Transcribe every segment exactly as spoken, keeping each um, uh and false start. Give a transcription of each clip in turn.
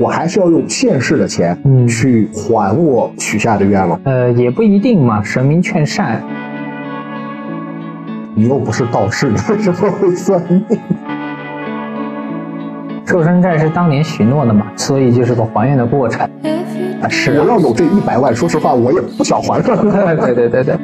我还是要用现世的钱去还我许下的愿望。 呃，也不一定嘛，神明劝善。 你又不是道士，你为什么会算命？ 寿山寨是当年许诺的嘛，所以就是个还愿的过程。 啊、是、啊，我要有这一百万，说实话，我也不想还了。 对对对对。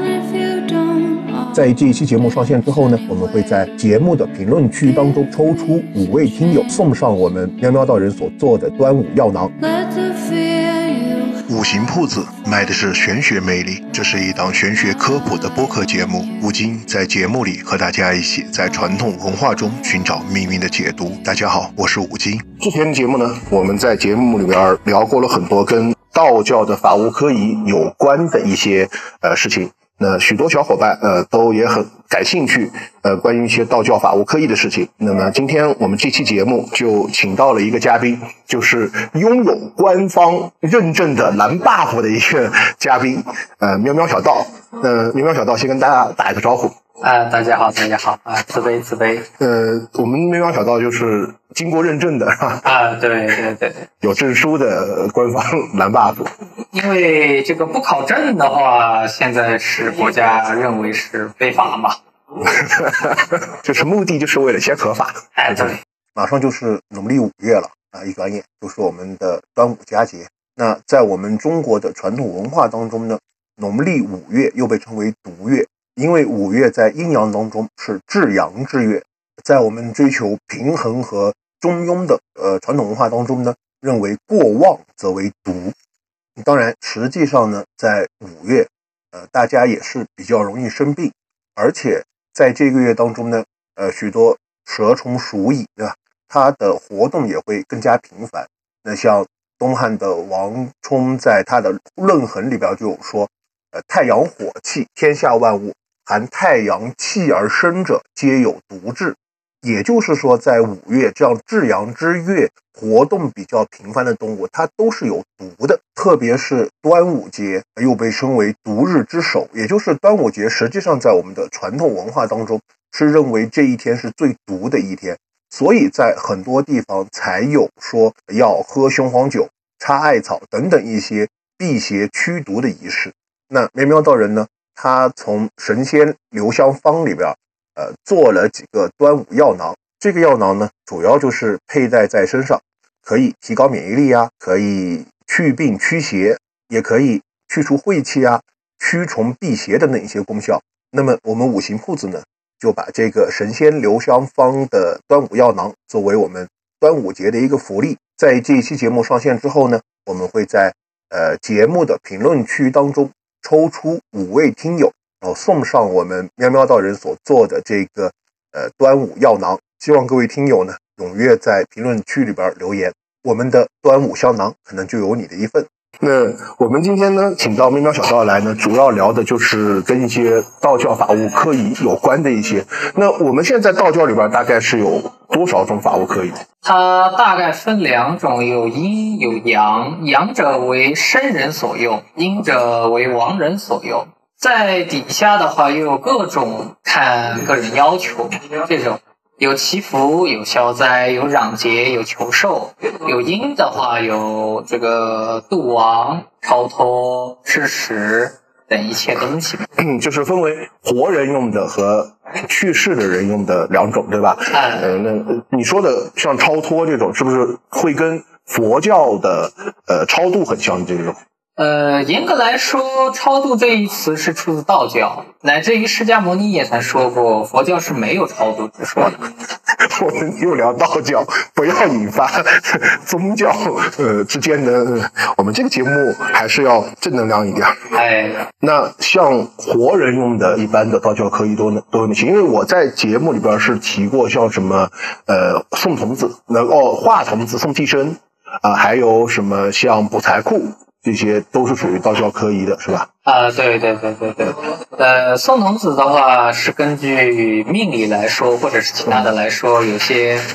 在这一期节目上线之后呢，我们会在节目的评论区当中抽出五位听友，送上我们喵喵道人所做的端午药囊。 五行铺子卖的是玄学魅力，这是一档玄学科普的播客节目。吴京在节目里和大家一起在传统文化中寻找命运的解读。大家好，我是吴京。之前的节目呢，我们在节目里边聊过了很多跟道教的法无科仪有关的一些呃事情。那许多小伙伴呃都也很感兴趣呃关于一些道教法无科仪的事情。那么今天我们这期节目就请到了一个嘉宾，就是拥有官方认证的蓝 buff 的一个嘉宾，呃喵喵小道。呃喵喵小道先跟大家打一个招呼。 啊，大家好，大家好啊，慈悲慈悲。 呃，我们喵喵小道就是经过认证的，是吧？ 啊，对对对， 有证书的官方蓝 buff。 因为这个不考证的话，现在是国家认为是非法嘛。 就是目的就是为了先合法。 哎，对。 马上就是农历五月了啊，一转眼就是我们的端午佳节。那在我们中国的传统文化当中呢，农历五月又被称为毒月。因为五月在阴阳当中是至阳之月，在我们追求平衡和中庸的呃传统文化当中呢，认为过旺则为毒。当然实际上呢，在五月呃大家也是比较容易生病，而且在这个月当中呢，呃许多蛇虫鼠蚁对吧，它的活动也会更加频繁。那像东汉的王充在他的论衡里边就有说，呃太阳火气，天下万物含太阳气而生者，皆有毒治。也就是说，在五月这样至阳之月，活动比较频繁的动物，它都是有毒的。特别是端午节，又被称为毒日之首，也就是端午节，实际上在我们的传统文化当中，是认为这一天是最毒的一天，所以在很多地方才有说要喝雄黄酒、插艾草等等一些辟邪驱毒的仪式。那喵喵道人呢，他从神仙留香方里边呃做了几个端午药囊。这个药囊呢，主要就是佩戴在身上，可以提高免疫力啊，可以去病驱邪，也可以去除晦气啊，驱虫辟邪等等一些功效。那么我们五行铺子呢，就把这个神仙留香方的端午药囊作为我们端午节的一个福利。在这一期节目上线之后呢，我们会在呃节目的评论区当中抽出五位听友，然后送上我们喵喵道人所做的这个呃端午药囊。希望各位听友呢踊跃在评论区里边留言，我们的端午香囊可能就有你的一份。那我们今天呢，请到喵喵小道来呢，主要聊的就是跟一些道教法无科仪有关的一些。那我们现在道教里边大概是有多少种法无科仪？ 它大概分两种，有阴有阳，阳者为生人所用，阴者为亡人所用。在底下的话又有各种看个人要求，这种有祈福，有消灾，有攘劫，有求寿。有阴的话有这个度亡、超脱、施食等一切东西。 嗯，就是分为活人用的和去世的人用的两种，对吧？ 嗯， 呃，那你说的像超脱这种，是不是会跟佛教的呃超度很像？这种？ 呃，严格来说，超度这一词是出自道教，乃至于释迦牟尼也曾说过，佛教是没有超度之说的。 我们又聊道教，不要引发宗教呃之间的。我们这个节目还是要正能量一点。 哎， 那像活人用的一般的道教科仪都都有哪些？因为我在节目里边是提过，像什么呃送童子，能哦化童子、送替身啊、呃，还有什么像补财库。这些都是属于道教科仪的，是吧？ 啊、呃，对对对对对。呃，送童子的话是根据命理来说，或者是其他的来说，有些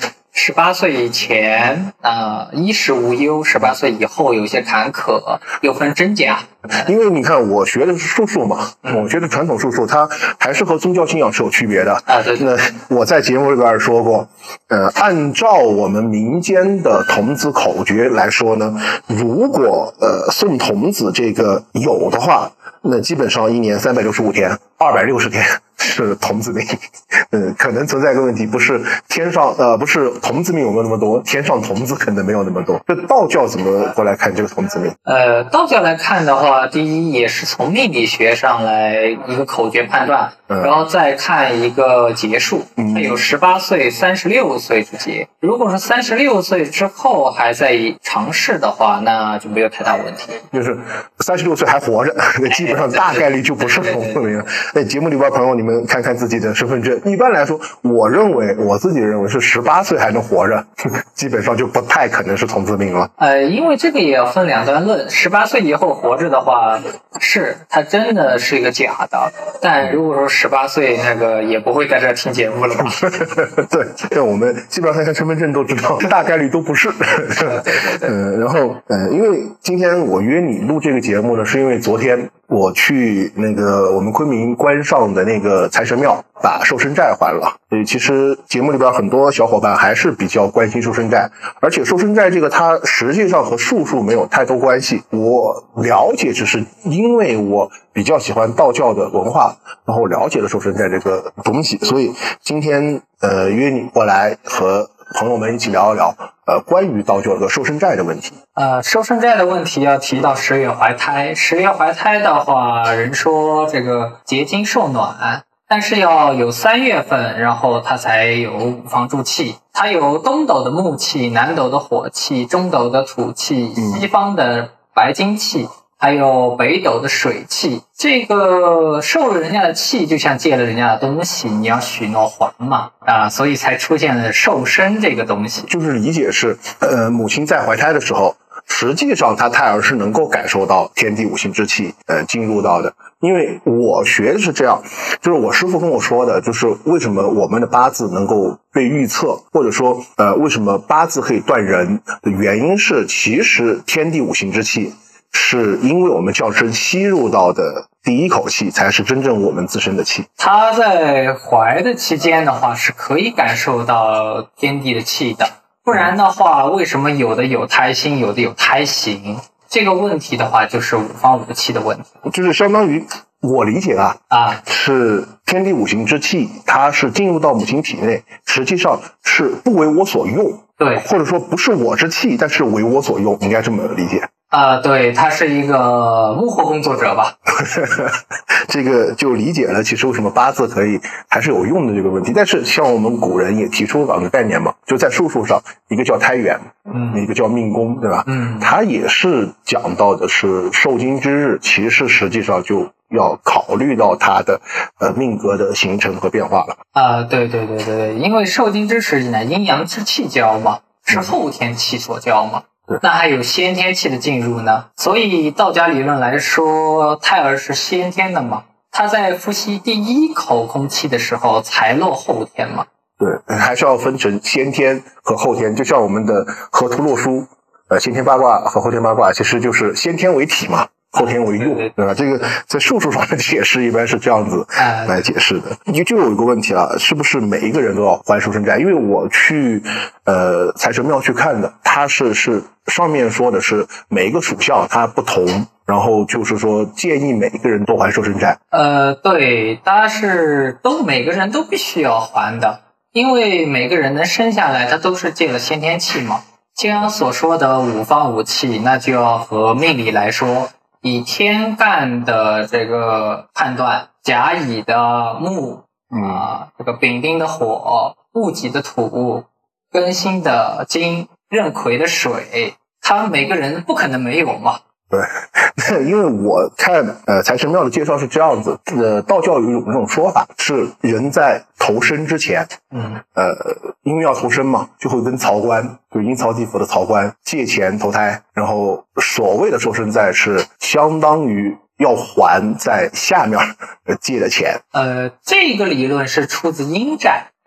十八岁以前啊、呃，衣食无忧；十八岁以后有些坎坷，又分真假。 因为你看，我学的是术数嘛， 嗯、 我觉得传统术数它还是和宗教信仰是有区别的啊。对对。 那我在节目里边说过，呃，按照我们民间的童子口诀来说呢，如果呃送童子这个有的话，那基本上一年三百六十五天，二百六十天是童子命。嗯，可能存在一个问题，不是天上呃不是童子命有没有那么多，天上童子可能没有那么多。这道教怎么过来看这个童子命？ 呃，道教来看的话，第一也是从命理学上来一个口诀判断，嗯、然后再看一个节数，它有十八岁、三十六岁之节。如果是三十六岁之后还在尝试的话，那就没有太大问题。 就是三十六岁还活着，那基本上大概率就不是童子命了。那节目里边朋友，你们看看自己的身份证。一般来说，我认为我自己认为是十八岁还能活着，基本上就不太可能是童子命了。 呃，因为这个也要分两段论。十八岁以后活着的话，是它真的是一个假的。但如果说十八岁那个也不会在这听节目了吧？ 对，对，我们基本上看身份证都知道，大概率都不是。嗯、呃，然后呃，因为今天我约你录这个节目呢，是因为昨天我去那个我们昆明关上的那个财神庙把寿生债还了。所以其实节目里边很多小伙伴还是比较关心寿生债，而且寿生债这个它实际上和术数没有太多关系。我了解只是因为我比较喜欢道教的文化，然后了解了寿生债这个东西，所以今天呃约你过来和朋友们一起聊一聊呃关于道教的寿生债的问题。 呃，寿生债的问题要提到十月怀胎。十月怀胎的话，人说这个结精受暖，但是要有三月份，然后它才有五方助气。它有东斗的木气，南斗的火气，中斗的土气，西方的白金气，还有北斗的水气。这个受了人家的气，就像借了人家的东西，你要许诺还嘛啊，所以才出现了寿生这个东西。 就是理解是，呃，母亲在怀胎的时候，实际上她胎儿是能够感受到天地五行之气，呃，进入到的。因为我学的是这样，就是我师父跟我说的，就是为什么我们的八字能够被预测，或者说，呃，为什么八字可以断人的原因是，其实天地五行之气。是因为我们叫声吸入到的第一口气才是真正我们自身的气。 他在怀的期间的话是可以感受到天地的气的，不然的话为什么有的有胎心，有的有胎形？这个问题的话就是五方五气的问题， 就是相当于我理解啊啊， 是天地五行之气，它是进入到母亲体内，实际上是不为我所用， 对， 或者说不是我之气，但是为我所用，应该这么理解。 啊、呃，对，他是一个幕后工作者吧？ 这个就理解了，其实为什么八字可以还是有用的这个问题。但是像我们古人也提出两个概念嘛，就在术数上，一个叫胎元，嗯，一个叫命宫，对吧？嗯，它也是讲到的是受精之日，其实实际上就要考虑到它的呃命格的形成和变化了。 啊、呃，对对对对对，因为受精之时呢，阴阳之气交嘛，是后天气所交嘛。那还有先天气的进入呢，所以道家理论来说，胎儿是先天的嘛，他在呼吸第一口空气的时候才落后天嘛。 对，还是要分成先天和后天，就像我们的河图洛书，呃，先天八卦和后天八卦，其实就是先天为体嘛，后天为用，对吧？这个在术数上的解释一般是这样子来解释的。就就有一个问题啊，是不是每一个人都要还寿生债？因为我去呃财神庙去看的，它是是上面说的是每一个属相它不同，然后就是说建议每一个人都还寿生债。 呃，对，它是都每个人都必须要还的，因为每个人能生下来，他都是借了先天气嘛。经常所说的五方五气，那就要和命理来说。以天干的这个判断，甲乙的木啊、呃，这个丙丁的火，戊己的土，庚辛的金，壬癸的水，他每个人不可能没有嘛。 对，因为我看呃财神庙的介绍是这样子，呃道教有一种这种说法，是人在投生之前，嗯，呃因为要投生嘛，就会跟曹官，就阴曹地府的曹官借钱投胎，然后所谓的寿生债是相当于要还在下面借的钱。 呃，这个理论是出自阴债。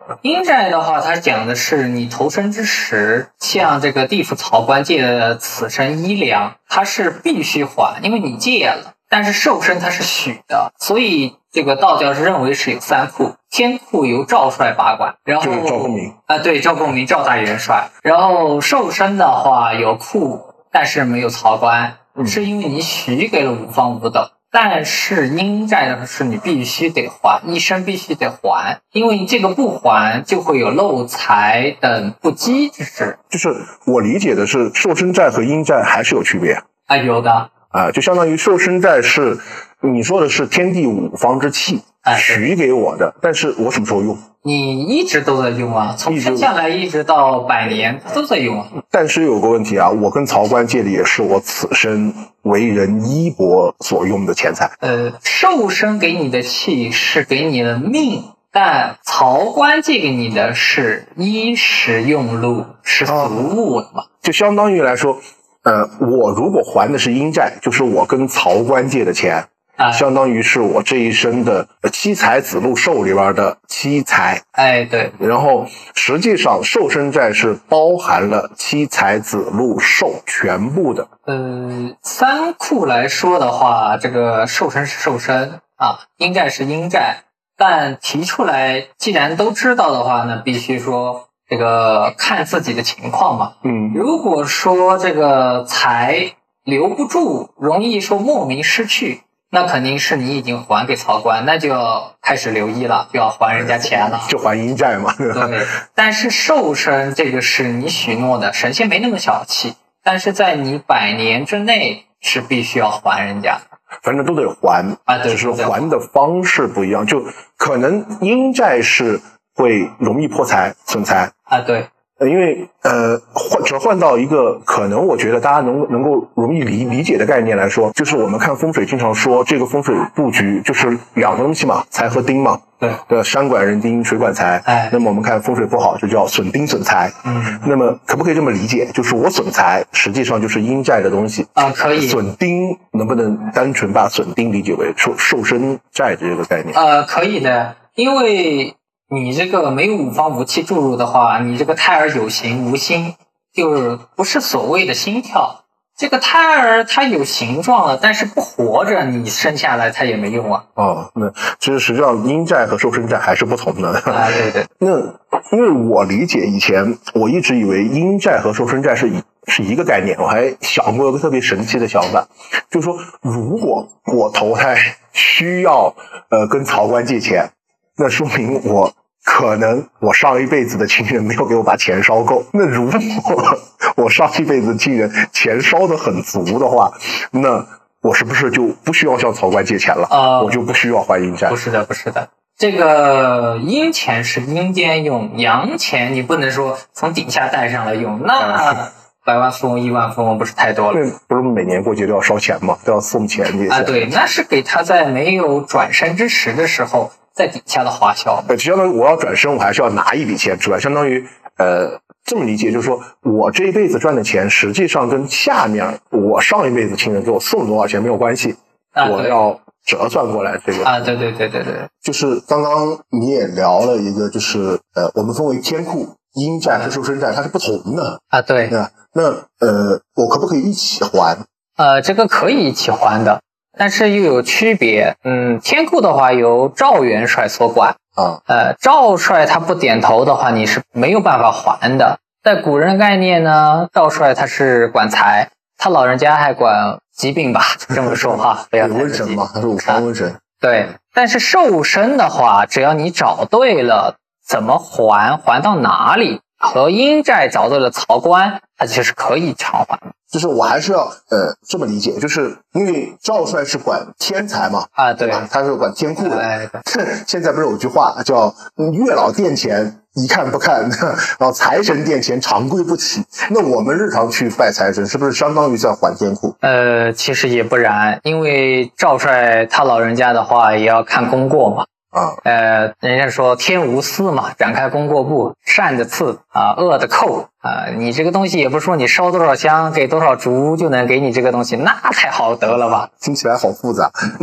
阴债的话，它讲的是你投生之时，像这个地府曹官借的此生衣粮，它是必须还，因为你借了。但是寿生它是许的，所以这个道教是认为是有三库，天库由赵帅把管，然后就是赵公明啊、呃，对，赵公明赵大元帅。然后寿生的话有库，但是没有曹官， 嗯、 是因为你许给了五方五斗。但是阴债的是你必须得还，一生必须得还，因为这个不还就会有漏财等不积之事。 就是我理解的是，寿生债和阴债还是有区别啊，有的啊，就相当于寿生债是你说的是天地五方之气许给我的，但是我什么时候用？ 你一直都在用啊，从生下来一直到百年都在用啊。 但是有个问题啊，我跟曹官借的也是我此生为人衣帛所用的钱财。 呃，寿生给你的气是给你的命，但曹官借给你的是衣食用禄，是俗物的嘛、哦？ 就相当于来说，呃，我如果还的是阴债，就是我跟曹官借的钱。啊，相当于是我这一生的七财子禄寿里边的七财， 哎，对。 然后实际上寿生债是包含了七财子禄寿全部的。 呃，三库来说的话，这个寿生是寿生啊，阴债是阴债，但提出来，既然都知道的话呢，必须说这个看自己的情况嘛。 嗯， 如果说这个财留不住，容易说莫名失去。那肯定是你已经还给曹官，那就要开始留意了，就要还人家钱了， 就还阴债嘛。 对，但是寿生这个是你许诺的，神仙没那么小气，但是在你百年之内是必须要还人家， 反正都得还啊，对， 只是还的方式不一样，就可能阴债是会容易破财损财啊，对。 因为呃，换只要换到一个可能我觉得大家能能够容易理理解的概念来说，就是我们看风水经常说这个风水布局就是两个东西嘛，财和丁嘛。 对， 对，山管人丁，水管财。 哎， 那么我们看风水不好就叫损丁损财。 嗯， 那么可不可以这么理解？就是我损财实际上就是阴债的东西啊，可以。 损丁能不能单纯把损丁理解为寿寿生债这个概念？ 呃，可以的，因为你这个没有五方五气注入的话，你这个胎儿有形无心，就是不是所谓的心跳。这个胎儿它有形状了，但是不活着，你生下来它也没用啊。 哦，那其实实际上阴债和寿生债还是不同的。 啊，对对。 那因为我理解以前，我一直以为阴债和寿生债是一是一个概念，我还想过一个特别神奇的想法，就是说，如果我投胎需要呃跟曹官借钱，那说明我可能我上一辈子的亲人没有给我把钱烧够。那如果我上一辈子的亲人钱烧得很足的话，那我是不是就不需要向曹官借钱了？ 呃， 我就不需要还阴债？ 不是的，不是的。这个阴钱是阴间用，阳钱你不能说从底下带上来用，那百万富翁、亿万富翁不是太多了？ 那不是每年过节都要烧钱吗？都要送钱这些啊？对，那是给他在没有转身之时的时候。在底下的花销， 呃，相当于我要转身，我还是要拿一笔钱出来，相当于呃这么理解，就是说我这一辈子赚的钱，实际上跟下面我上一辈子亲人给我送多少钱没有关系， 啊、 我要折算过来这个啊，对对对对对， 就是刚刚你也聊了一个，就是呃，我们分为天库、阴债和寿生债，它是不同的啊，对， 那那呃，我可不可以一起还？ 呃，这个可以一起还的。但是又有区别，嗯，天库的话由赵元帅所管啊， 呃，赵帅他不点头的话，你是没有办法还的。在古人概念呢，赵帅他是管财，他老人家还管疾病吧，这么说话，不要太瘟神嘛，他是五方瘟神、啊。 对，但是寿生的话，只要你找对了怎么还，还到哪里，和阴债找对了曹官，它其实可以偿还。 就是我还是要呃这么理解，就是因为赵帅是管天财嘛， 啊对， 他是管天库的。 哎、 现在不是有句话叫月老殿前一看不看，然后财神殿前长跪不起。那我们日常去拜财神，是不是相当于在还天库？ 呃，其实也不然，因为赵帅他老人家的话也要看功过嘛。 啊， 呃，人家说天无私嘛，展开功过簿，善的赐啊，恶的扣啊。你这个东西也不是说你烧多少香，给多少烛就能给你这个东西，那太好得了吧？ 听起来好复杂。那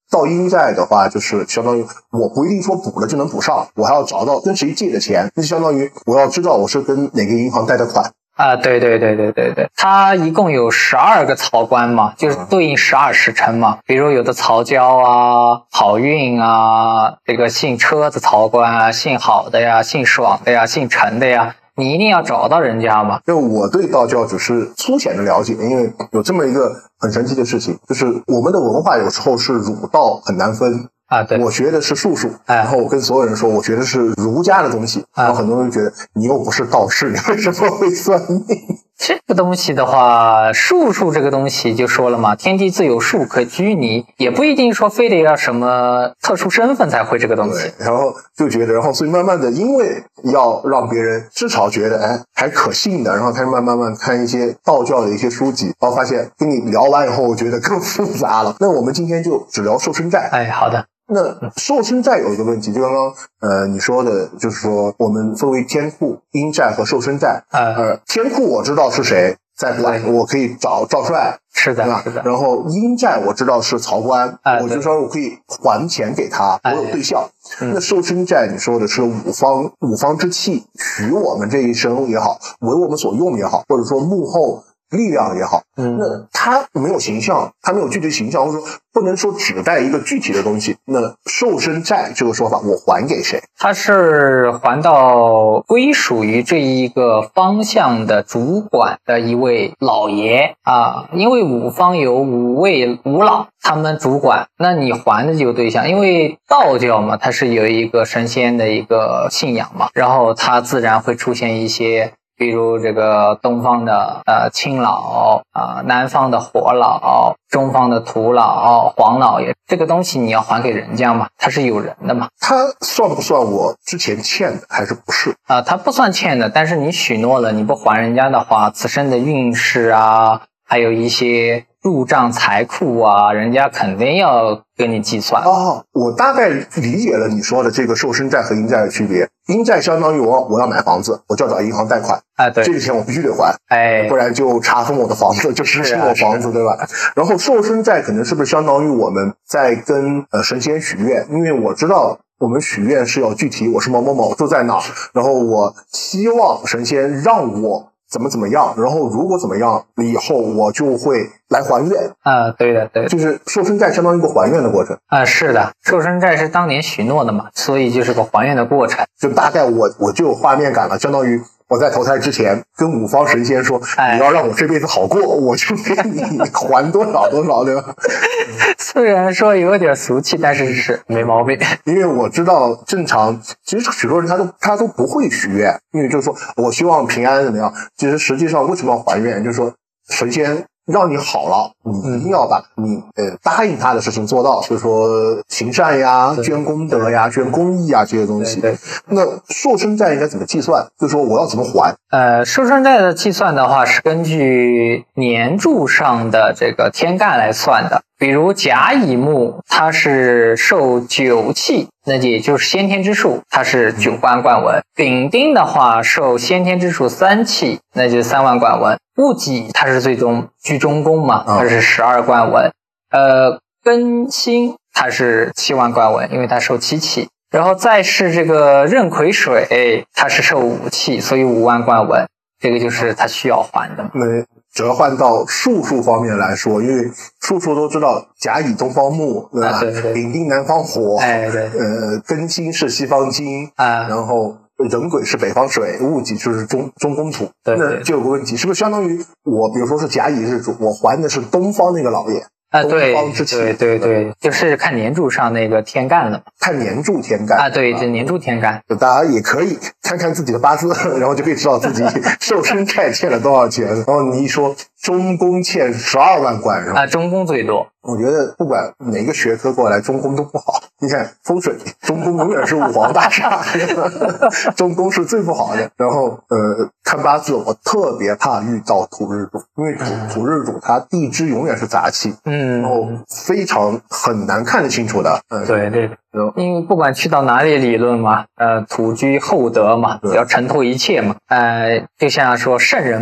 到阴债的话，就是相当于我不一定说补了就能补上，我还要找到跟谁借的钱，那就相当于我要知道我是跟哪个银行贷的款。 啊，对对对对对对，它一共有十二个曹官嘛，就是对应十二时辰嘛。比如有的曹交啊、好运啊，这个姓车子曹官啊，姓好的呀、姓爽的呀、姓陈的呀，你一定要找到人家嘛。 就我对道教只是粗浅的了解，因为有这么一个很神奇的事情，就是我们的文化有时候是儒道很难分。 啊，对， 我学的是术数， 哎、 然后我跟所有人说我学的是儒家的东西， 哎、 然后很多人觉得你又不是道士，你为什么会算命？ 这个东西的话，术数这个东西就说了嘛，天地自有术可拘泥，也不一定说非得要什么特殊身份才会这个东西。 然后就觉得，然后所以慢慢的，因为要让别人至少觉得哎还可信的，然后开始慢慢慢看一些道教的一些书籍，然后发现跟你聊完以后，我觉得更复杂了。那我们今天就只聊瘦身债。 哎，好的。 那瘦身债有一个问题，就刚刚呃你说的，就是说我们分为天库、阴债和瘦身债。 呃, 呃，天库我知道是谁在管，我可以找赵帅， 是的， 对吧？ 是的。 然后阴债我知道是曹官， 呃、 我就说我可以还钱给他，我有对象。 嗯、 那瘦身债你说的是五方五方之气取我们这一生也好，为我们所用也好，或者说幕后力量也好， 嗯， 那它没有形象，它没有具体形象，或者说不能说指代一个具体的东西。那瘦身债这个说法，我还给谁？ 它是还到归属于这一个方向的主管的一位老爷啊，因为五方有五位五老，他们主管，那你还的就有对象，因为道教嘛，它是有一个神仙的一个信仰嘛，然后它自然会出现一些。比如这个东方的呃青老啊、呃，南方的火老，中方的土老、黄老爷，这个东西你要还给人家嘛，他是有人的嘛。 他算不算我之前欠的，还是不是？ 啊、呃，他不算欠的，但是你许诺了，你不还人家的话，此生的运势啊，还有一些入账财库啊，人家肯定要跟你计算。 哦，我大概理解了你说的这个瘦身债和阴债的区别。阴债相当于我我要买房子，我就要找银行贷款， 啊，对， 这个钱我必须得还， 哎， 不然就查封我的房子，就失去我房子，对吧？然后瘦身债可能是不是相当于我们在跟呃神仙许愿？因为我知道我们许愿是要具体，我是某某某住在哪儿，然后我希望神仙让我怎么怎么样，然后如果怎么样了以后，我就会来还愿。 啊，对的，对的， 就是瘦身债相当于一个还愿的过程。 啊，是的，瘦身债是当年许诺的嘛，所以就是个还愿的过程。 就大概我我就有画面感了，相当于我在投胎之前跟五方神仙说， 哎、 你要让我这辈子好过，我就给你还多少多少，对吧？ 虽然说有点俗气，但是是没毛病。 因为我知道正常，其实许多人他都他都不会许愿，因为就是说我希望平安怎么样，其实实际上为什么要还愿，就是说神仙让你好了，你一定要把你呃答应他的事情做到，就是说行善呀、捐功德呀、捐公益啊这些东西。 对对， 那瘦身债应该怎么计算？就是说我要怎么还？ 呃，瘦身债的计算的话是根据年柱上的这个天干来算的。比如甲乙木，它是受九气，那也就是先天之数，它是九万贯文。丙丁的话受先天之数三气，那就是三万贯文。戊己它是最终居中宫嘛，它是十二贯文。呃，庚辛它是七万贯文，因为它受七气。然后再是这个壬癸水，它是受五气，所以五万贯文，这个就是它需要还的。 那折换到术数方面来说，因为术数都知道甲乙东方木，对吧？ 啊、对对， 丙丁南方火， 哎对， 呃，庚辛是西方金啊， 然后壬癸是北方水，戊己就是中中宫土。 对对， 那就有个问题，是不是相当于我，比如说是甲乙日主，我还的是东方那个老爷？ 啊，对对对对，就是看年柱上那个天干了， 看年柱天干啊，对，这年柱天干， 就大家也可以看看自己的八字，然后就可以知道自己瘦身债欠了多少钱。然后你一说中宫欠十二万贯，是吧？ 啊，中宫最多。 我觉得不管哪个学科过来，中宫都不好。你看风水，中宫永远是五黄大厦，中宫是最不好的。然后呃，看八字，我特别怕遇到土日主，因为土土日主它地支永远是杂气， 嗯， 然后非常很难看得清楚的。嗯， 对对。因为不管去到哪里理论嘛，呃，土居厚德嘛，要承托一切嘛，呃，就像说圣人嘛，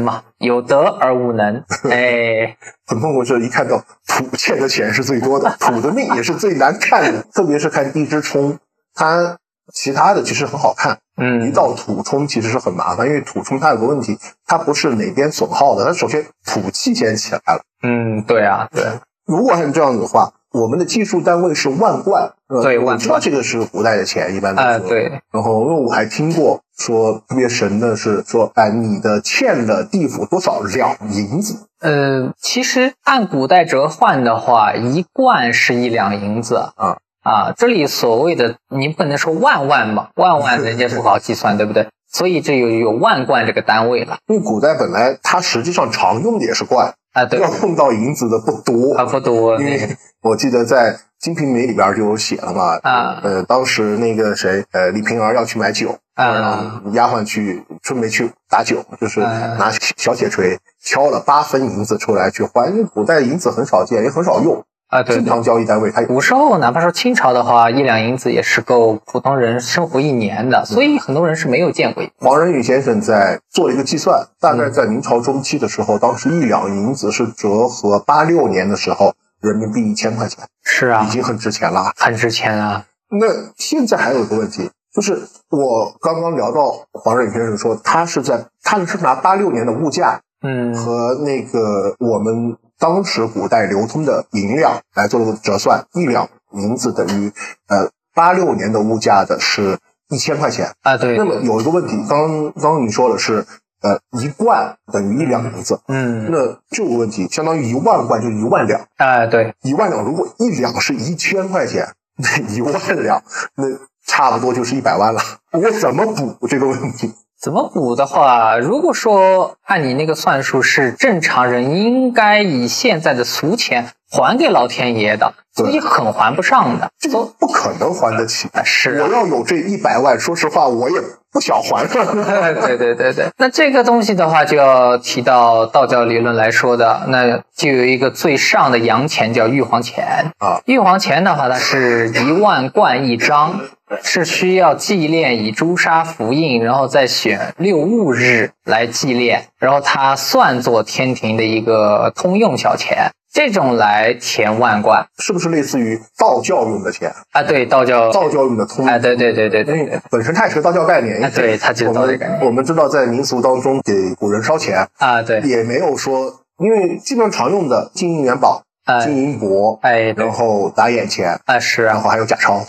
有德而无能。哎， 很痛苦是一看到土欠的钱是最多的，土的命也是最难看的，特别是看地支冲，它其他的其实很好看， 嗯， 一到土冲其实是很麻烦，因为土冲它有个问题，它不是哪边损耗的，它首先土气先起来了。 嗯，对啊，对。 如果按这样子的话，我们的计数单位是万贯，呃、 对，万贯。 我知道这个是古代的钱，一般来说。 啊、呃，对。 然后，因为我还听过说特别神的是说，哎，你的欠了地府多少两银子？ 呃，其实按古代折换的话，一贯是一两银子啊。 啊，这里所谓的你不能说万万嘛，万万人家不好计算，对不对？所以这有有万贯这个单位了。 因为古代本来它实际上常用的也是贯啊，对， 要用到银子的不多啊，不多。 因为我记得在《金瓶梅》里边就有写了嘛， 啊， 呃，当时那个谁，呃，李瓶儿要去买酒， 啊， 让丫鬟去准备去打酒，就是拿小铁锤敲了八分银子出来去换，因为古代银子很少见，也很少用。 啊，对， 正常交易单位它古时候哪怕说清朝的话，一两银子也是够普通人生活一年的，所以很多人是没有见过。 黄仁宇先生在做了一个计算，大概在明朝中期的时候，嗯、当时一两银子是折合八六年的时候人民币一千块钱， 是啊， 已经很值钱了， 很值钱啊。 那现在还有一个问题，就是我刚刚聊到黄仁宇先生说，他是在他是拿八六年的物价， 嗯， 和那个我们当时古代流通的银两来做了个折算，一两银子等于呃八六年的物价的是一千块钱啊，对。 那么有一个问题，刚刚你说的是呃一贯等于一两银子， 嗯， 那这个问题相当于一万贯就是一万两啊，对， 一万两如果一两是一千块钱，那一万两那差不多就是一百万了，我怎么补这个问题？ 怎么补的话，如果说按你那个算术是正常人应该以现在的俗钱还给老天爷的，所以很还不上的， 这个不可能还得起。 是、啊， 我要有这一百万，说实话我也不想还了。 对对对对，那这个东西的话，就要提到道教理论来说的，那就有一个最上的洋钱叫玉皇钱啊。 玉皇钱的话，它是一万贯一张。是需要祭炼以朱砂符印，然后再选六戊日来祭炼，然后它算作天庭的一个通用小钱，这种来填万贯， 是不是类似于道教用的钱啊？对，道教道教用的通， 哎，对对对对对，对本身它也是个道教概念， 啊，对，它就是道教概念。 我们知道在民俗当中给古人烧钱啊，对， 也没有说，因为基本上常用的金银元宝。金银箔， 哎， 然后打眼钱啊，是， 然后还有假钞，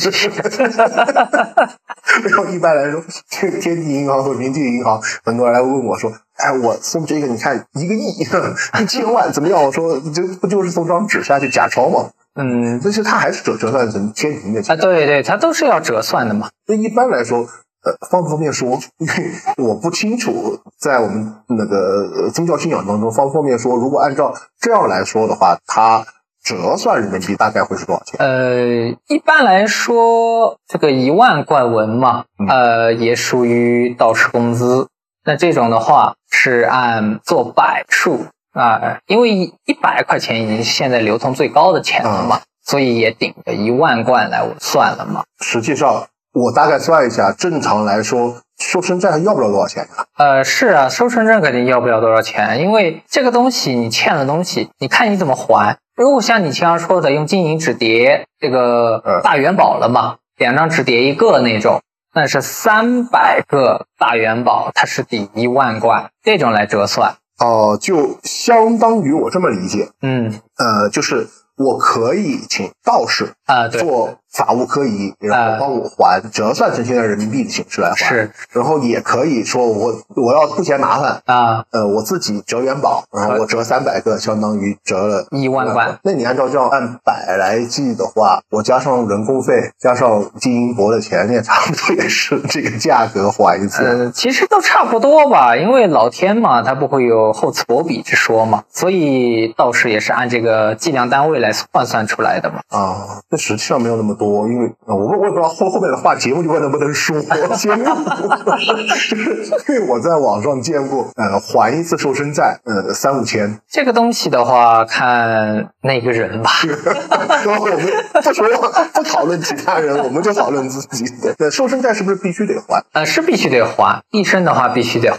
然后一般来说，这个天地银行和民进银行，很多人来问我说：“哎，我送这个，你看一个亿、一千万怎么样？”我说：“这不就是送张纸下去假钞吗？” 嗯， 但是它还是折折算成天庭的钱啊，对对，它都是要折算的嘛。 那一般来说。呃，方不方便说？因为我不清楚，在我们那个宗教信仰当中，方不方便说？如果按照这样来说的话，它折算人民币大概会是多少钱？ 呃，一般来说，这个一万贯文嘛，嗯、呃，也属于道士工资。那这种的话是按做百数啊、呃，因为一百块钱已经是现在流通最高的钱了嘛，嗯、所以也顶着一万贯来算了嘛。 实际上。我大概算一下，正常来说，收生债要不了多少钱呀？ 呃，是啊，收生债肯定要不了多少钱，因为这个东西你欠的东西，你看你怎么还。如果像你经常说的用金银纸叠这个大元宝了嘛，嗯、两张纸叠一个那种，那是三百个大元宝，它是抵一万贯，这种来折算。 哦、呃，就相当于我这么理解， 嗯， 呃，就是我可以请道士啊，对， 做法务科仪，然后帮我还、呃、折算成现在人民币的形式来还， 是， 然后也可以说我我要不嫌麻烦啊， 呃，我自己折元宝，然后我折三百个，相当于折了一万贯。 那你按照这样按百来计的话，我加上人工费，加上金银箔的钱，也差不多也是这个价格还一次。 呃，其实都差不多吧，因为老天嘛，他不会有厚此薄彼之说嘛，所以道士也是按这个计量单位来换算出来的嘛。 啊，那实际上没有那么多，因为我我也不知道后后面的话节目就问能不能说节目，因为我在网上见过，呃，还一次瘦身债，呃，三五千。 这个东西的话，看那个人吧。 然后我们不说不讨论其他人，我们就讨论自己。对，瘦身债是不是必须得还？ 呃，是必须得还，一生的话必须得还。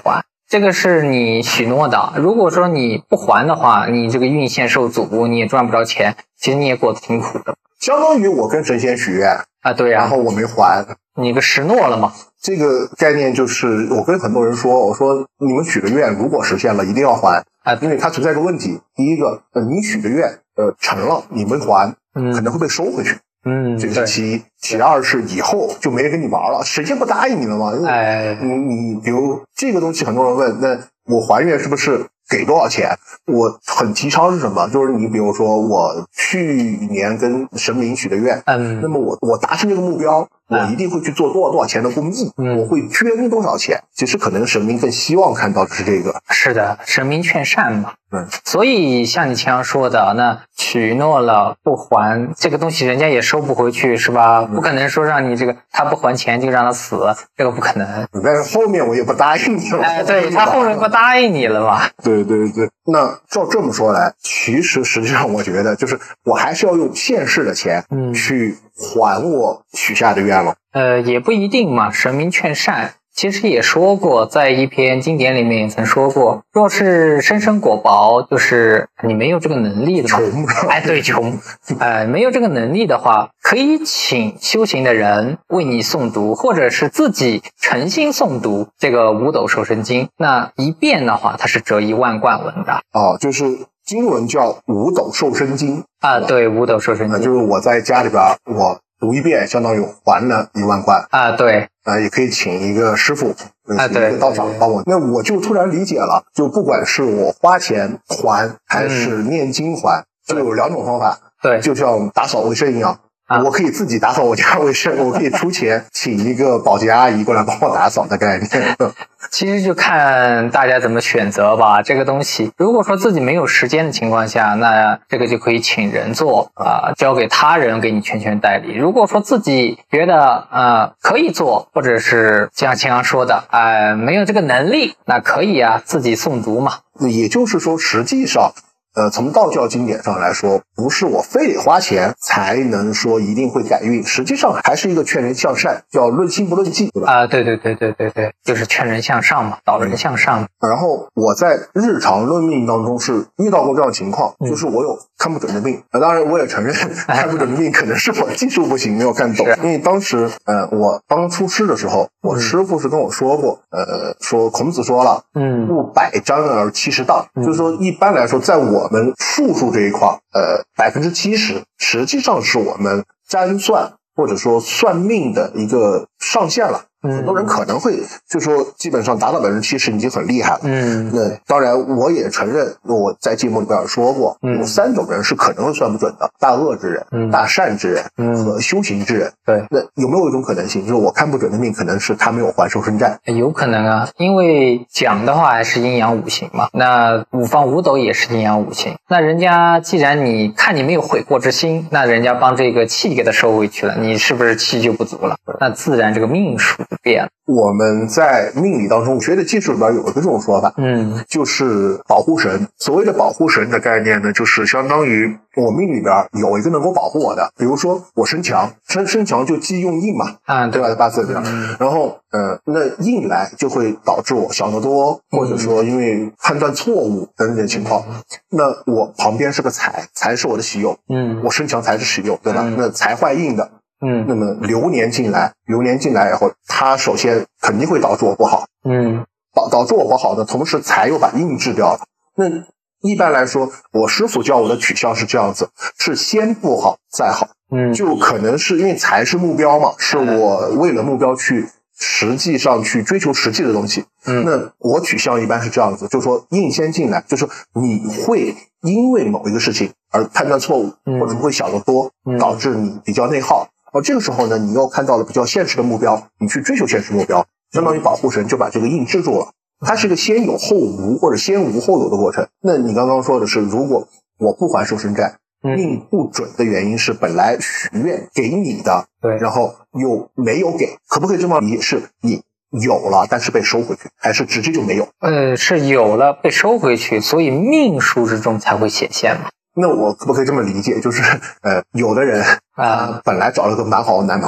这个是你许诺的。如果说你不还的话，你这个运线受阻，你也赚不着钱，其实你也过得挺苦的。 相当于我跟神仙许愿啊，对呀、啊， 然后我没还， 你个实诺了嘛。 这个概念就是我跟很多人说，我说你们许的愿如果实现了，一定要还啊， 因为它存在个问题。第一个，呃，你许的愿呃成了，你没还， 嗯， 可能会被收回去。 嗯， 这个是其一，其二是以后就没人跟你玩了，神仙不答应你了吗？ 哎， 你你比如这个东西，很多人问，那我还愿是不是给多少钱？我很提倡是什么？就是你比如说我去年跟神明许的愿， 嗯， 那么我我达成这个目标，我一定会去做多少多少钱的公益， 嗯， 我会捐多少钱。其实可能神明更希望看到的是这个。 是的，神明劝善嘛。 嗯， 所以像你前面说的，那许诺了不还这个东西，人家也收不回去，是吧？ 嗯、 不可能说让你这个他不还钱就让他死，这个不可能。 但是后面我也不答应你了。 哎，对他后面不答应你了嘛？ 对对对。那照这么说来，其实实际上我觉得，就是我还是要用现世的钱， 嗯， 去还我许下的愿了。 呃，也不一定嘛，神明劝善。其实也说过，在一篇经典里面也曾说过，若是生生果薄，就是你没有这个能力的嘛。 穷， 哎，对，穷，呃，没有这个能力的话，可以请修行的人为你诵读，或者是自己诚心诵读这个五斗受生经。那一遍的话，它是折一万贯文的。 哦，就是经文叫五斗受生经啊，对，五斗受生经， 就是我在家里边我读一遍，相当于还了一万贯啊，对。 啊，也可以请一个师傅， 啊，对， 一个道长帮我。那我就突然理解了，就不管是我花钱还还是念经还，就有两种方法。 对， 就像打扫卫生一样。啊、我可以自己打扫我家卫生，我可以出钱请一个保洁阿姨过来帮我打扫的概念。 其实就看大家怎么选择吧。这个东西，如果说自己没有时间的情况下，那这个就可以请人做啊、呃，交给他人给你全权代理。如果说自己觉得呃可以做，或者是像秦阳说的，呃没有这个能力，那可以啊，自己诵读嘛。 也就是说，实际上。呃，从道教经典上来说，不是我非得花钱才能说一定会改运，实际上还是一个劝人向善，叫论心不论迹，对吧？ 啊、呃，对对对对对对，就是劝人向上嘛，导人向上。 然后我在日常论命当中是遇到过这样的情况，嗯、就是我有看不准的命。呃，当然我也承认看不准的命可能是我技术不行，没有看懂。因为当时呃我刚出师的时候，我师父是跟我说过，嗯、呃，说孔子说了， 嗯， 勿百占而七十当，嗯、就是说一般来说，在我我们术数这一块，呃，百分之七十实际上是我们占算或者说算命的一个上限了。 嗯、 很多人可能会就说，基本上达到百分之七十已经很厉害了。 嗯， 那当然，我也承认，我在节目里边说过， 嗯、 有三种人是可能会算不准的：大恶之人、 嗯、 大善之人、 嗯、 和修行之人。 对， 那有没有一种可能性，就是我看不准的命，可能是他没有还受生债？ 有可能啊，因为讲的话还是阴阳五行嘛，那五方五斗也是阴阳五行。那人家既然你看你没有悔过之心，那人家帮这个气给他收回去了，你是不是气就不足了？那自然这个命数就变了。 我们在命理当中学的技术里边有一个这种说法， 嗯， 就是保护神。所谓的保护神的概念呢，就是相当于我命里边有一个能够保护我的，比如说我身强，身身强就忌用印嘛， 啊， 对吧？在八字里边， 嗯、 然后呃，那印来就会导致我想得多，或者说因为判断错误等等情况。嗯、那我旁边是个财，财是我的喜用， 嗯， 我身强财是喜用，对吧？嗯、那财坏印的。 嗯， 那么流年进来，流年进来以后，它首先肯定会导致我不好， 嗯， 导导致我不好的同时，财又把印制掉了。那一般来说，我师傅教我的取向是这样子，是先不好再好， 嗯， 就可能是因为财是目标嘛，是我为了目标去实际上去追求实际的东西。 嗯， 那我取向一般是这样子，就是说印先进来，就是说你会因为某一个事情而判断错误， 嗯、 或者会想得多，导致你比较内耗。而这个时候呢，你又看到了比较现实的目标，你去追求现实目标，相当于保护神就把这个印制住了。它是一个先有后无，或者先无后有的过程。那你刚刚说的是，如果我不还受生债，命不准的原因是本来许愿给你的， 对， 然后又没有给，可不可以这么理解？是你有了，但是被收回去，还是直接就没有？ 呃，是有了被收回去，所以命数之中才会显现嘛。 那我可不可以这么理解？就是呃，有的人啊、呃，本来找了个蛮好的男朋友，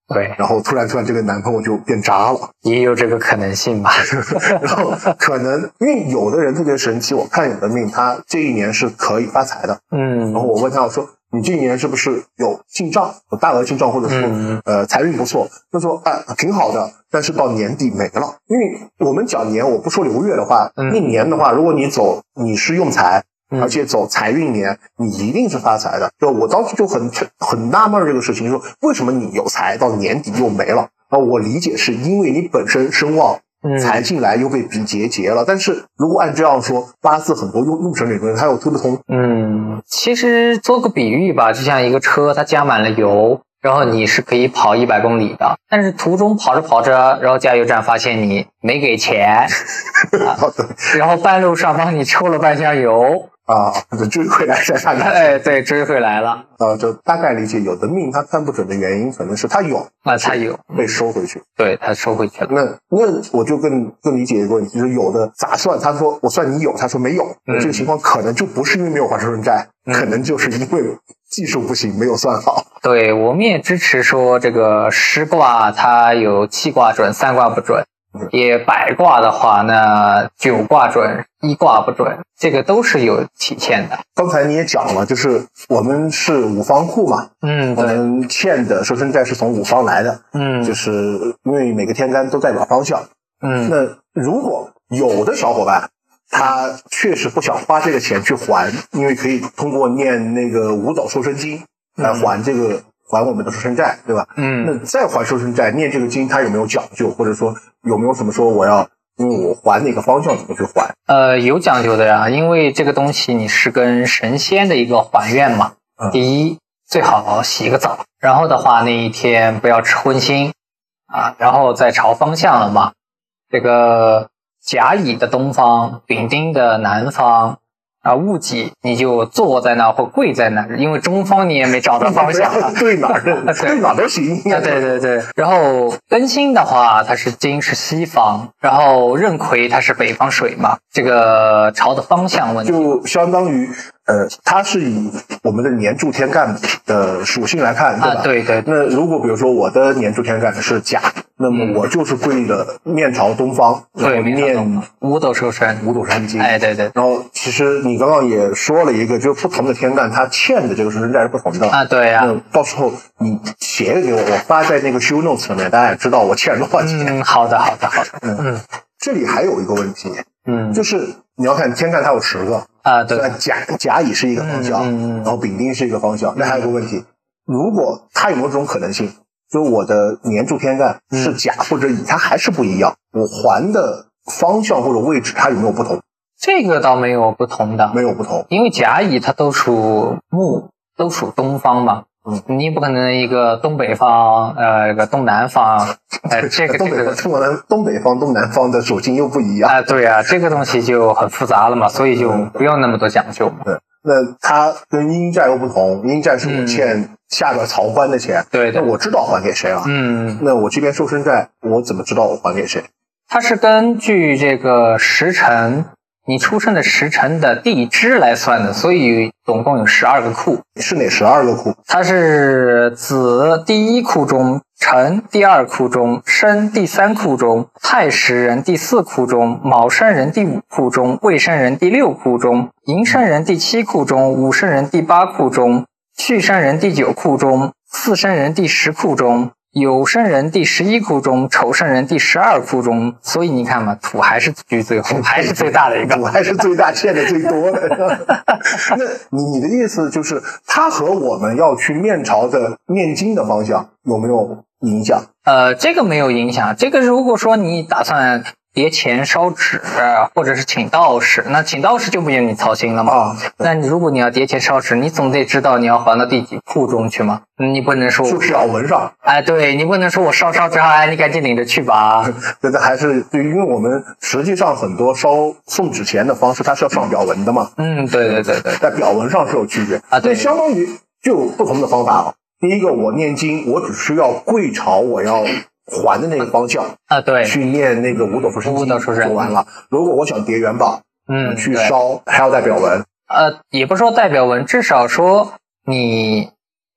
对， 然后突然突然这个男朋友就变渣了， 也有这个可能性吧。 然后可能因为有的人特别神奇，我看有的命他这一年是可以发财的， 嗯， 然后我问他我说你这一年是不是有进账，有大额进账，或者说、嗯、呃财运不错？他说啊挺好的，但是到年底没了。因为我们讲年，我不说流月的话，嗯、一年的话，如果你走你是用财。而且走财运年，你一定是发财的。就我当时就很很纳闷这个事情，说为什么你有财到年底又没了？然后我理解是因为你本身声旺，财进来又被比劫劫了。但是如果按这样说，八字很多用用神理论它又推不通。 嗯，其实做个比喻吧，就像一个车，它加满了油。然后你是可以跑一百公里的，但是途中跑着跑着，然后加油站发现你没给钱，啊、然后半路上帮你抽了半箱油啊，追回来再大概， 哎，对，追回来了。 啊，就大概理解，有的命他看不准的原因，可能是他有啊，他有被收回去， 对他收回去了。 那那我就更更理解一个问题，就是有的咋算？他说我算你有，他说没有，嗯、这个情况可能就不是因为没有还收人债，嗯、可能就是因为技术不行，没有算好。 对，我们也支持说这个十卦它有七卦准，三卦不准。也百卦的话呢，九卦准，一卦不准，这个都是有体现的。 刚才你也讲了，就是我们是五方库嘛， 嗯， 我们欠的收生债是从五方来的， 嗯， 就是因为每个天干都代表方向， 嗯， 那如果有的小伙伴他确实不想花这个钱去还，因为可以通过念那个五斗收生经来还这个。嗯还我们的收生债，对吧？ 嗯， 那再还收生债，念这个经，它有没有讲究，或者说有没有什么说我要，因为我还哪个方向怎么去还？ 呃，有讲究的呀，因为这个东西你是跟神仙的一个还愿嘛。嗯、第一，最好洗个澡，然后的话那一天不要吃荤腥啊，然后再朝方向了嘛。这个甲乙的东方，丙丁的南方。啊，戊己你就坐在那或跪在那，因为中方你也没找到方向， 对哪儿对哪儿都行。 啊，对对对。然后庚辛的话，它是金是西方，然后壬癸它是北方水嘛，这个朝的方向问题， 就相当于呃，它是以我们的年柱天干的属性来看，对吧？ 啊，对对。 那如果比如说我的年柱天干是甲，那么我就是跪着面朝东方， 对， 然后念五斗收生， 五斗收生经。 哎，对对。 然后其实你刚刚也说了一个，就是不同的天干它欠的这个收生债是不同的啊，对呀、啊。 那到时候你写给我，我发在那个 show notes 里面，大家也知道我欠多少钱。 嗯，好的，好的，好的。 嗯嗯，这里还有一个问题， 嗯， 就是你要看天干它有十个啊，对， 甲甲乙是一个方向， 嗯嗯， 然后丙丁是一个方向，那还有一个问题，如果它有没有这种可能性？就是我的年柱天干是甲或者乙，它还是不一样，我还的方向或者位置它有没有不同？ 这个倒没有不同的， 没有不同， 因为甲乙它都属木，都属东方嘛。嗯，你不可能一个东北方，呃，一个东南方，呃，这个东北这个东南东北方东南方的属性又不一样啊、呃，对啊，这个东西就很复杂了嘛，所以就不用那么多讲究嘛。 对，那它跟阴债又不同，阴债是我欠下边曹官的钱， 嗯、对的， 那我知道还给谁了， 嗯， 那我这边收生债，我怎么知道我还给谁？ 它是根据这个时辰。你出生的时辰的地支来算的，所以总共有十二个库。 是哪十二个库？ 它是子第一库中，辰第二库中，申第三库中，亥时人第四库中，卯生人第五库中，未生人第六库中，寅生人第七库中，午生人第八库中，戌生人第九库中，巳生人第十库中。酉生人第十一库中，丑生人第十二库中，所以你看嘛，土还是居最后，还是最大的一个， 土还是最大，欠的最多的。那你的意思就是，它和我们要去面朝的念经的方向有没有影响？ 呃，这个没有影响。这个如果说你打算叠钱烧纸，或者是请道士，那请道士就不用你操心了嘛。 啊， 那你如果你要叠钱烧纸，你总得知道你要还到第几库中去嘛。你不能说是表文上， 哎，对你不能说我烧烧之后，哎，你赶紧领着去吧。 对，那还是对，因为我们实际上很多烧送纸钱的方式，它是要上表文的嘛。 嗯，对对对对， 在表文上是有区别啊。对， 相当于就有不同的方法啊。第一个，我念经，我只需要跪朝我要还的那个方向啊，对， 去念那个五斗收生经， 五斗收生就完了。如果我想叠元宝， 嗯， 去烧还要带表文。 呃，也不说代表文，至少说你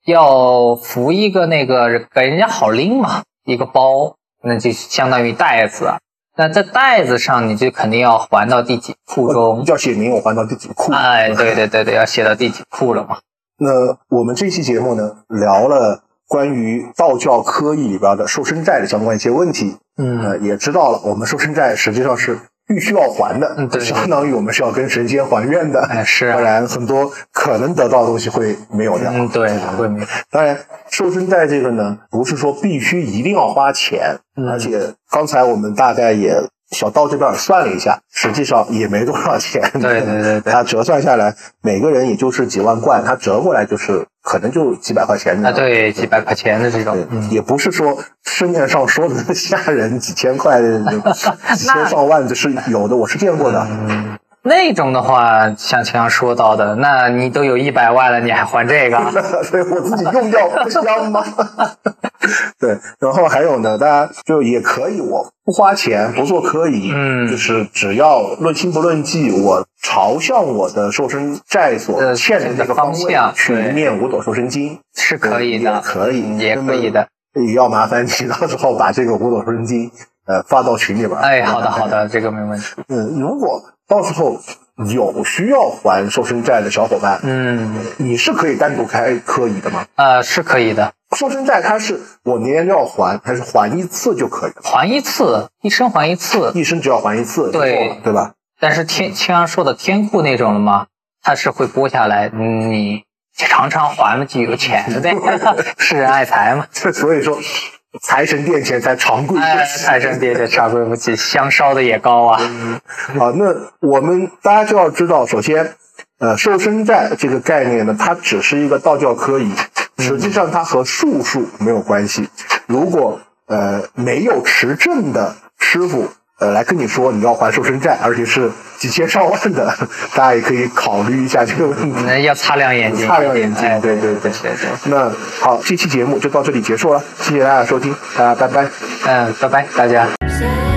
要扶一个那个给人家好拎嘛，一个包，那就相当于袋子。那在袋子上你就肯定要还到第几库中， 要写明我还到第几库。 哎，对对对对，要写到第几库了嘛。 那我们这期节目呢，聊了关于道教科义里边的受身债的相关一些问题， 嗯， 呃，也知道了我们受身债实际上是必须要还的， 嗯，对， 相当于我们是要跟神仙还愿的， 哎，是、啊， 不然很多可能得到的东西会没有掉， 嗯，对，会没有。 当然，受身债这个呢，不是说必须一定要花钱， 嗯、 而且刚才我们大概也小道这边算了一下，实际上也没多少钱， 对对对对， 它折算下来，每个人也就是几万贯，它折过来就是可能就几百块钱的啊，对，几百块钱的这种， 嗯、也不是说市面上说的吓人几千块的几千上万的是有的，我是见过的。 嗯，那种的话，像前面说到的，那你都有一百万了，你还还这个？ 对，我自己用掉不香吗？对，然后还有呢，大家就也可以，我不花钱不做科仪， 嗯， 就是只要论心不论迹，我朝向我的受身债所欠的那个方向去念五斗受身经是可以的， 也可以， 也可以的。 也要麻烦你到时候把这个五斗受身经呃发到群里边。 哎，好的好的，这个没问题。 嗯，如果到时候有需要还受身债的小伙伴， 嗯， 你是可以单独开科仪的吗？ 呃，是可以的。 受身债它是我年年都要还，还是还一次就可以了？ 还一次，一生还一次， 一生只要还一次， 对对吧？ 但是天青阳说的天库那种了嘛，它是会拨下来，你常常还了就有钱的呗，世人爱财嘛。 所以说，财神殿前才长贵不起， 哎，财神殿前长贵不起，香烧的也高啊。 嗯、好，那我们大家就要知道，首先，呃，受身债这个概念呢，它只是一个道教科仪。实际上它和术数没有关系。如果呃没有持证的师傅呃来跟你说你要还受身债，而且是几千上万的，大家也可以考虑一下这个问题。 那要擦亮眼睛， 擦亮眼睛。 哎、 对对对对对。 那好，这期节目就到这里结束了，谢谢大家收听，大家拜拜。 嗯，拜拜，大家。